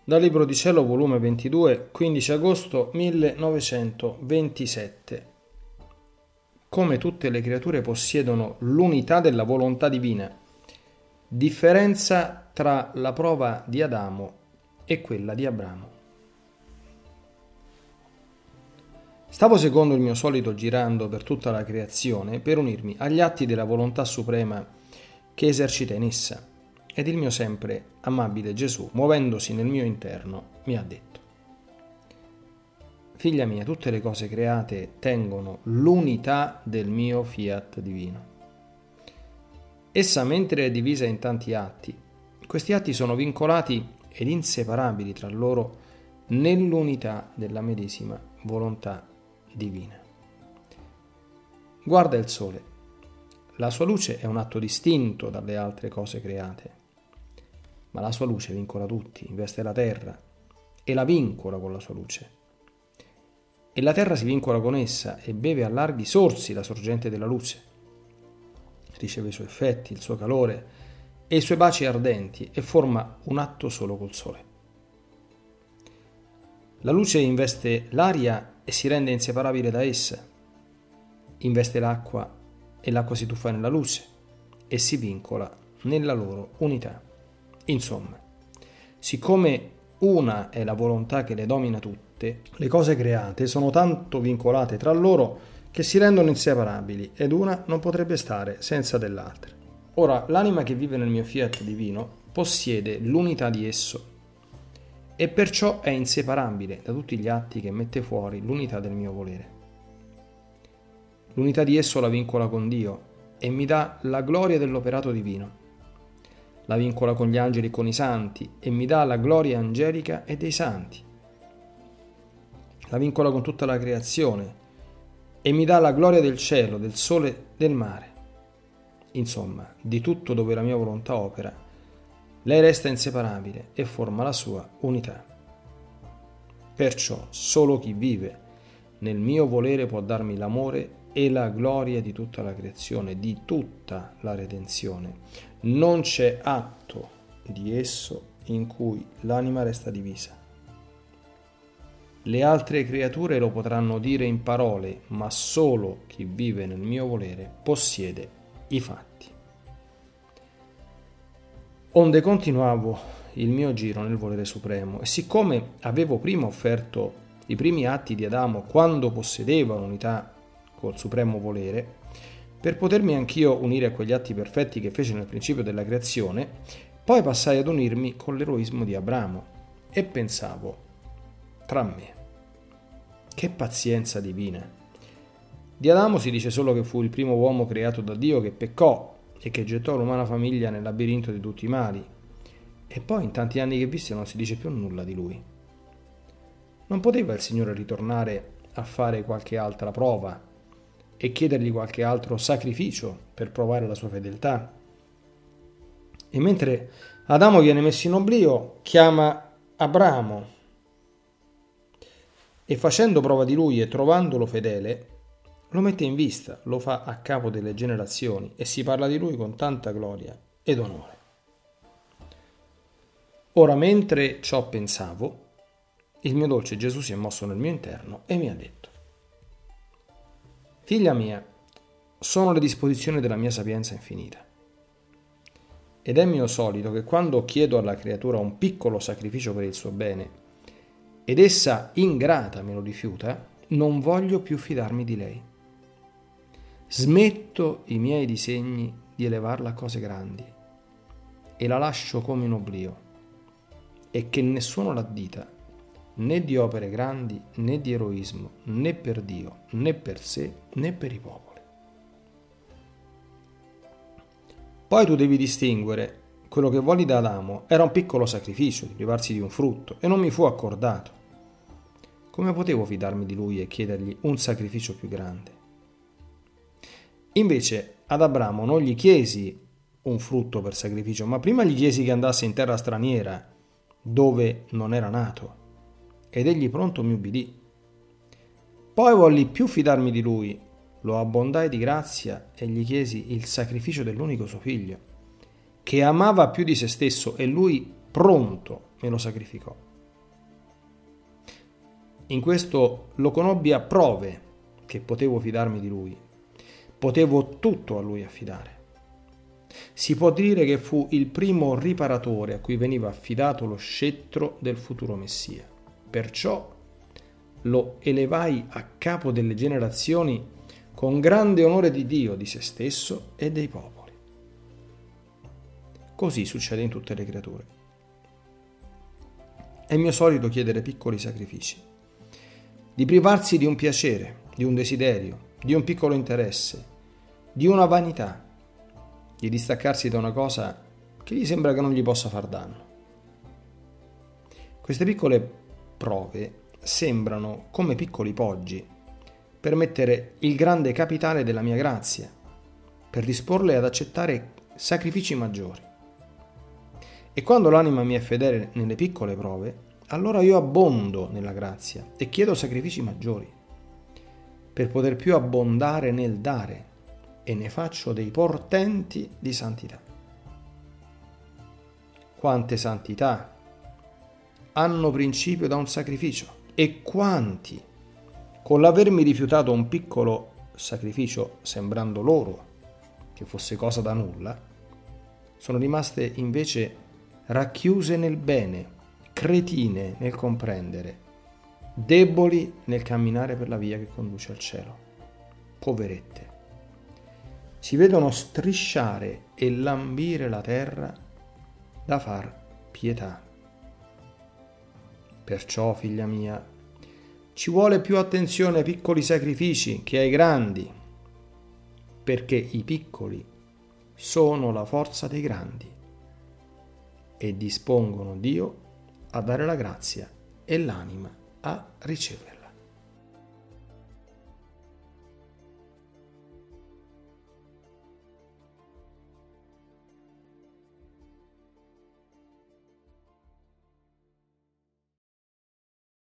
Dal Libro di Cielo, volume 22, 15 agosto 1927. Come tutte le creature possiedono l'unità della volontà divina, differenza tra la prova di Adamo e quella di Abramo. Stavo secondo il mio solito girando per tutta la creazione per unirmi agli atti della volontà suprema che esercita in essa. Ed il mio sempre amabile Gesù, muovendosi nel mio interno, mi ha detto: figlia mia, tutte le cose create tengono l'unità del mio fiat divino. Essa, mentre è divisa in tanti atti, questi atti sono vincolati ed inseparabili tra loro nell'unità della medesima volontà divina. Guarda il sole. La sua luce è un atto distinto dalle altre cose create. Ma la sua luce vincola tutti, investe la terra e la vincola con la sua luce. E la terra si vincola con essa e beve a larghi sorsi la sorgente della luce. Riceve i suoi effetti, il suo calore e i suoi baci ardenti e forma un atto solo col sole. La luce investe l'aria e si rende inseparabile da essa. Investe l'acqua e l'acqua si tuffa nella luce e si vincola nella loro unità. Insomma, siccome una è la volontà che le domina tutte, le cose create sono tanto vincolate tra loro che si rendono inseparabili ed una non potrebbe stare senza dell'altra. Ora, l'anima che vive nel mio fiat divino possiede l'unità di esso e perciò è inseparabile da tutti gli atti che mette fuori l'unità del mio volere. L'unità di esso la vincola con Dio e mi dà la gloria dell'operato divino. La vincola con gli angeli e con i santi e mi dà la gloria angelica e dei santi. La vincola con tutta la creazione e mi dà la gloria del cielo, del sole, del mare. Insomma, di tutto dove la mia volontà opera, lei resta inseparabile e forma la sua unità. Perciò solo chi vive nel mio volere può darmi l'amore e la gloria di tutta la creazione, di tutta la redenzione. Non c'è atto di esso in cui l'anima resta divisa. Le altre creature lo potranno dire in parole, ma solo chi vive nel mio volere possiede i fatti. Onde continuavo il mio giro nel volere supremo, e siccome avevo prima offerto i primi atti di Adamo quando possedeva unità col supremo volere, per potermi anch'io unire a quegli atti perfetti che fece nel principio della creazione, poi passai ad unirmi con l'eroismo di Abramo e pensavo tra me: che pazienza divina! Di Adamo si dice solo che fu il primo uomo creato da Dio che peccò e che gettò l'umana famiglia nel labirinto di tutti i mali, e poi in tanti anni che visse non si dice più nulla di lui. Non poteva il Signore ritornare a fare qualche altra prova e chiedergli qualche altro sacrificio per provare la sua fedeltà? E mentre Adamo viene messo in oblio, chiama Abramo e facendo prova di lui e trovandolo fedele, lo mette in vista, lo fa a capo delle generazioni e si parla di lui con tanta gloria ed onore. Ora, mentre ciò pensavo, il mio dolce Gesù si è mosso nel mio interno e mi ha detto: figlia mia, sono le disposizioni della mia sapienza infinita. Ed è mio solito che quando chiedo alla creatura un piccolo sacrificio per il suo bene, ed essa ingrata me lo rifiuta, non voglio più fidarmi di lei. Smetto i miei disegni di elevarla a cose grandi e la lascio come in oblio, e che nessuno l'addita né di opere grandi, né di eroismo, né per Dio, né per sé, né per i popoli. Poi tu devi distinguere: quello che volli da Adamo era un piccolo sacrificio, di privarsi di un frutto, e non mi fu accordato. Come potevo fidarmi di lui e chiedergli un sacrificio più grande? Invece ad Abramo non gli chiesi un frutto per sacrificio, ma prima gli chiesi che andasse in terra straniera, dove non era nato. Ed egli pronto mi ubbidì. Poi volli più fidarmi di lui, lo abbondai di grazia e gli chiesi il sacrificio dell'unico suo figlio, che amava più di se stesso, e lui pronto me lo sacrificò. In questo lo conobbi a prove che potevo fidarmi di lui, potevo tutto a lui affidare. Si può dire che fu il primo riparatore a cui veniva affidato lo scettro del futuro Messia. Perciò lo elevai a capo delle generazioni con grande onore di Dio, di se stesso e dei popoli. Così succede in tutte le creature. È mio solito chiedere piccoli sacrifici, di privarsi di un piacere, di un desiderio, di un piccolo interesse, di una vanità, di distaccarsi da una cosa che gli sembra che non gli possa far danno. Queste piccole prove sembrano come piccoli poggi per mettere il grande capitale della mia grazia, per disporle ad accettare sacrifici maggiori. E quando l'anima mi è fedele nelle piccole prove, allora io abbondo nella grazia e chiedo sacrifici maggiori, per poter più abbondare nel dare, e ne faccio dei portenti di santità. Quante santità hanno principio da un sacrificio, e quanti, con l'avermi rifiutato un piccolo sacrificio sembrando loro che fosse cosa da nulla, sono rimaste invece racchiuse nel bene, cretine nel comprendere, deboli nel camminare per la via che conduce al cielo, poverette. Si vedono strisciare e lambire la terra da far pietà. Perciò, figlia mia, ci vuole più attenzione ai piccoli sacrifici che ai grandi, perché i piccoli sono la forza dei grandi e dispongono Dio a dare la grazia e l'anima a riceverla.